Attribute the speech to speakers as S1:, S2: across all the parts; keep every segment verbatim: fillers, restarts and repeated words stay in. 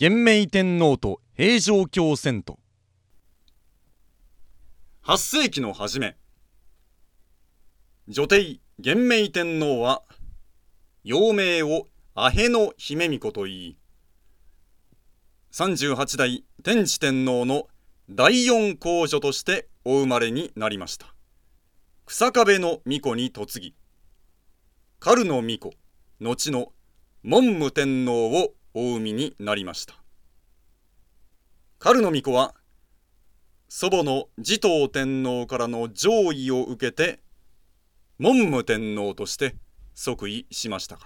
S1: 元明天皇と平城京遷都。
S2: はっせいきの初め、女帝元明天皇は幼名を阿部の姫巫女といい、さんじゅうはちだい天智天皇の第四皇女としてお生まれになりました。草壁の巫女に嫁ぎ、狩の巫女、後の文武天皇をお産みになりました。狩の巫女は祖母の持統天皇からの譲位を受けて文武天皇として即位しましたが、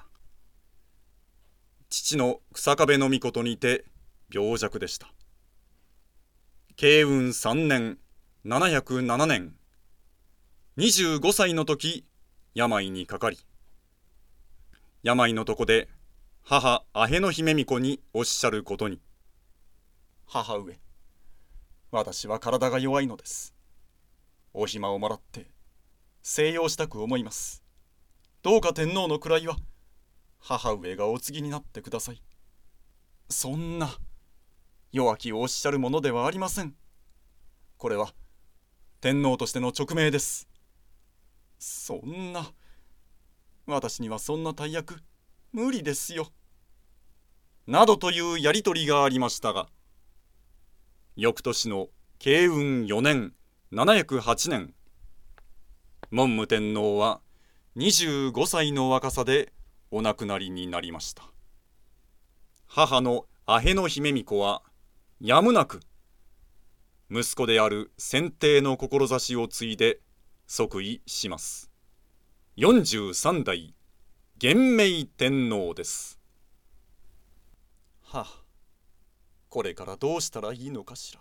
S2: 父の草壁の巫女とにて病弱でした。慶運さんねんななひゃくななねん、にじゅうごさいの時病にかかり、病の床で母阿部の姫巫女におっしゃることに、母上、私は体が弱いのです。お暇をもらって静養したく思います。どうか天皇の位は母上がお継ぎになってください。そんな弱きをおっしゃるものではありません。これは天皇としての勅命です。そんな、私にはそんな大役無理ですよ。などというやりとりがありましたが、翌年の慶運よねんななひゃくはちねん、文武天皇はにじゅうごさいの若さでお亡くなりになりました。母の阿部の姫巫女はやむなく息子である先帝の志を継いで即位します。よんじゅうさんだい元明天皇です。はあ、これからどうしたらいいのかしら。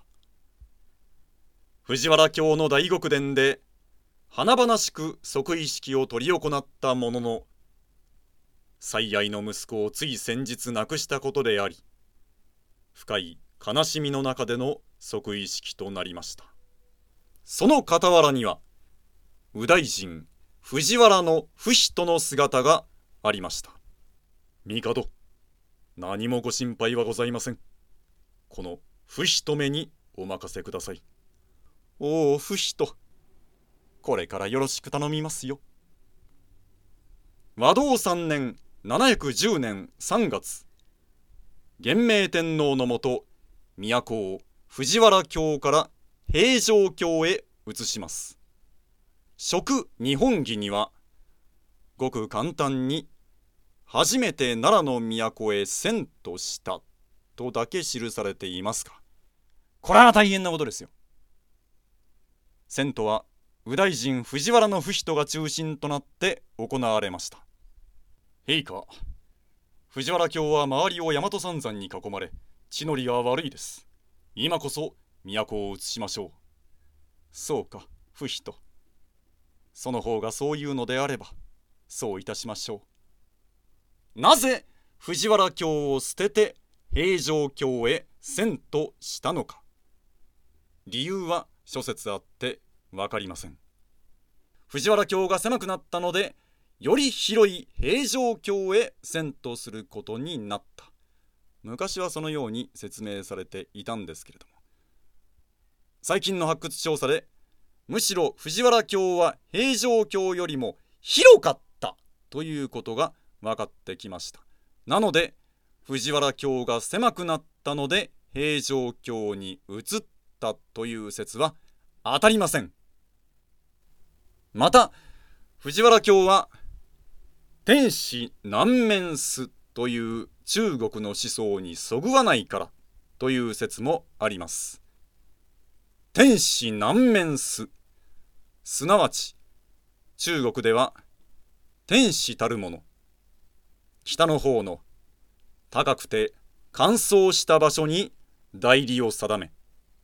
S2: 藤原京の大極殿で華々しく即位式を執り行ったものの、最愛の息子をつい先日亡くしたことであり、深い悲しみの中での即位式となりました。その傍らには右大臣藤原の不人の姿がありました。帝、何もご心配はございません。この不人めにお任せください。おお、不人、これからよろしく頼みますよ。和道さんねんななひゃくじゅうねんさんがつ、元明天皇のもと都を藤原京から平城京へ移します。職日本儀にはごく簡単に初めて奈良の都へ遷都したとだけ記されていますが、これは大変なことですよ。遷都は右大臣藤原の不人が中心となって行われました。陛下、藤原京は周りを大和三山に囲まれ地の利が悪いです。今こそ都を移しましょう。そうか、不人、その方がそういうのであればそういたしましょう。なぜ藤原京を捨てて平城京へ遷都したのか、理由は諸説あって分かりません。藤原京が狭くなったので、より広い平城京へ遷都することになった。昔はそのように説明されていたんですけれども、最近の発掘調査でむしろ藤原京は平城京よりも広かったということが分かってきました。なので藤原京が狭くなったので平城京に移ったという説は当たりません。また藤原京は天子南面子という中国の思想にそぐわないからという説もあります。天子南面子、すなわち中国では天子たるもの、北の方の高くて乾燥した場所に代理を定め、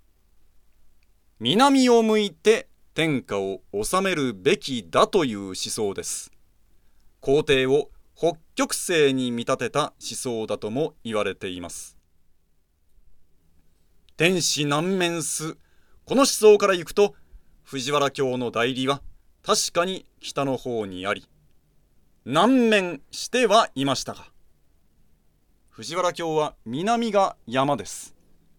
S2: 南を向いて天下を治めるべきだという思想です。皇帝を北極星に見立てた思想だとも言われています。天子南面子、この思想からいくと藤原京の代理は確かに北の方にあり、南面してはいましたが、 藤原京は南が山です。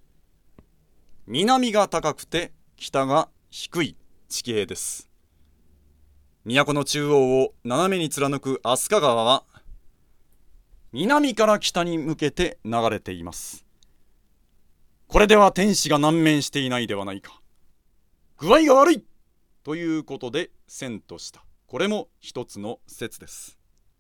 S2: 南が高くて北が低い地形です。都の中央を斜めに貫く飛鳥川は南から北に向けて流れています。これでは天子が南面していないではないか、具合が悪いということで遷都した。これも一つの説です。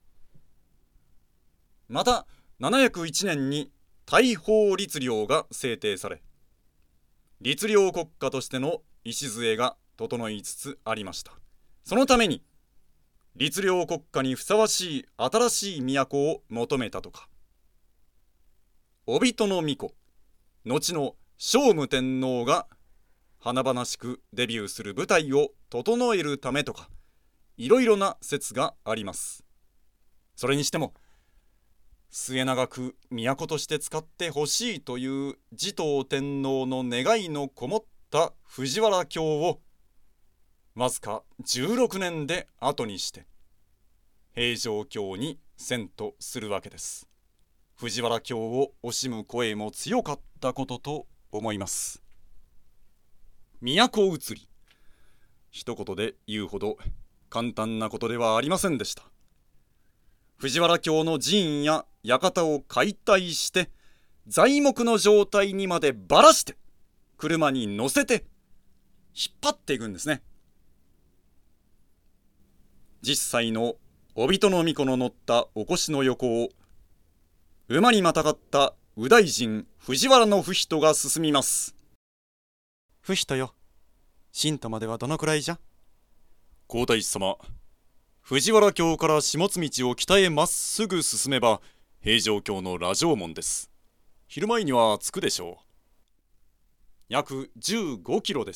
S2: またななひゃくいちねんに大宝律令が制定され、律令国家としての礎が整いつつありました。そのために律令国家にふさわしい新しい都を求めたとか、おびとの巫女、後の聖武天皇が華々しくデビューする舞台を整えるためとか、いろいろな説があります。それにしても末永く都として使ってほしいという持統天皇の願いのこもった藤原京をわずかじゅうろくねんで後にして平城京に遷都するわけです。藤原京を惜しむ声も強かったことと思います。都移り、一言で言うほど簡単なことではありませんでした。藤原京の寺院や館を解体して材木の状態にまでばらして車に乗せて引っ張っていくんですね。実際のおびとの巫女の乗ったおこしの横を馬にまたがった右大臣藤原の不人が進みます。
S1: 不人よ、新都まではどのくらいじゃ？
S2: 皇太子様、藤原京から下津道を北へまっすぐ進めば平城京の羅城門です。昼前には着くでしょう。約じゅうごキロです。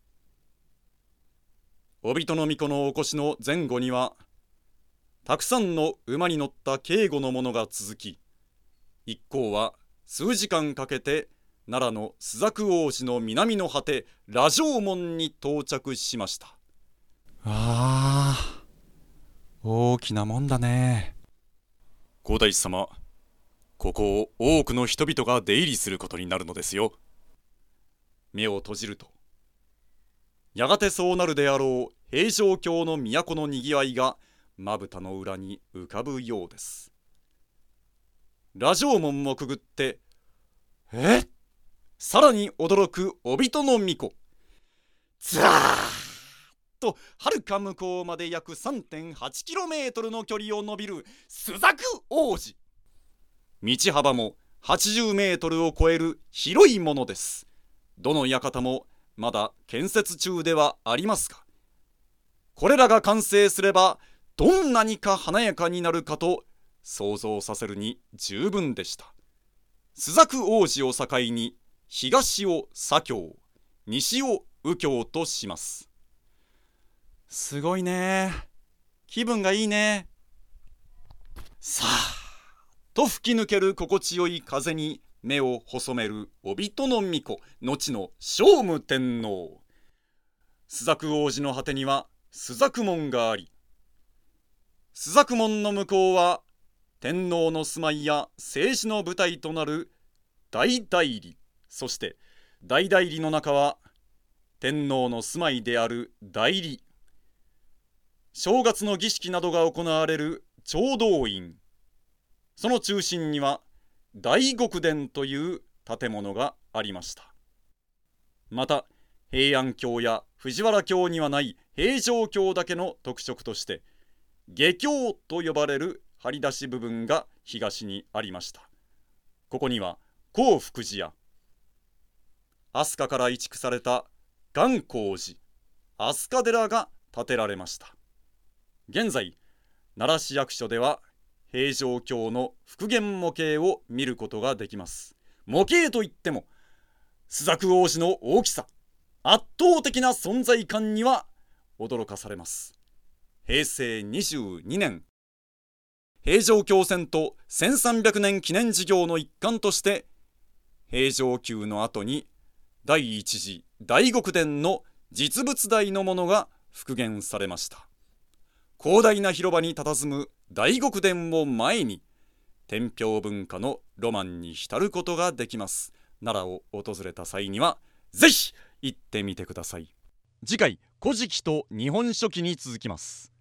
S2: おびとの巫女のおこしの前後にはたくさんの馬に乗った警護の者が続き、一行は数時間かけて奈良の朱雀大路の南の果て羅城門に到着しました。
S1: ああ、大きなもんだね。
S2: 皇太子様、ここを多くの人々が出入りすることになるのですよ。目を閉じるとやがてそうなるであろう平城京の都のにぎわいがまぶたの裏に浮かぶようです。羅城門もくぐって、えっさらに驚くおびとの巫女。ずらーっとはるか向こうまで約 さんてんはちキロメートル の距離を伸びる朱雀大路。道幅もはちじゅうメートルを超える広いものです。どの館もまだ建設中ではありますが、これらが完成すればどんなにか華やかになるかと想像させるに十分でした。朱雀大路を境に東を左京、西を右京とします。
S1: すごいね。気分がいいね。
S2: さあと吹き抜ける心地よい風に目を細めるおびとの巫女、後の聖武天皇。朱雀大路の果てには朱雀門があり、朱雀門の向こうは天皇の住まいや政治の舞台となる大内裏、そして大内裏の中は天皇の住まいである内裏、正月の儀式などが行われる長道院、その中心には大極殿という建物がありました。また平安京や藤原京にはない平城京だけの特色として下京と呼ばれる張り出し部分が東にありました。ここには興福寺や飛鳥から移築された元光寺、飛鳥寺が建てられました。現在奈良市役所では平城京の復元模型を見ることができます。模型といっても朱雀大路の大きさ、圧倒的な存在感には驚かされます。へいせいにじゅうにねん、平城京遷都せんさんびゃくねん記念事業の一環として平城宮の後に第一次大極殿の実物大のものが復元されました。広大な広場に佇む大極殿を前に天平文化のロマンに浸ることができます。奈良を訪れた際にはぜひ行ってみてください。次回古事記と日本書紀に続きます。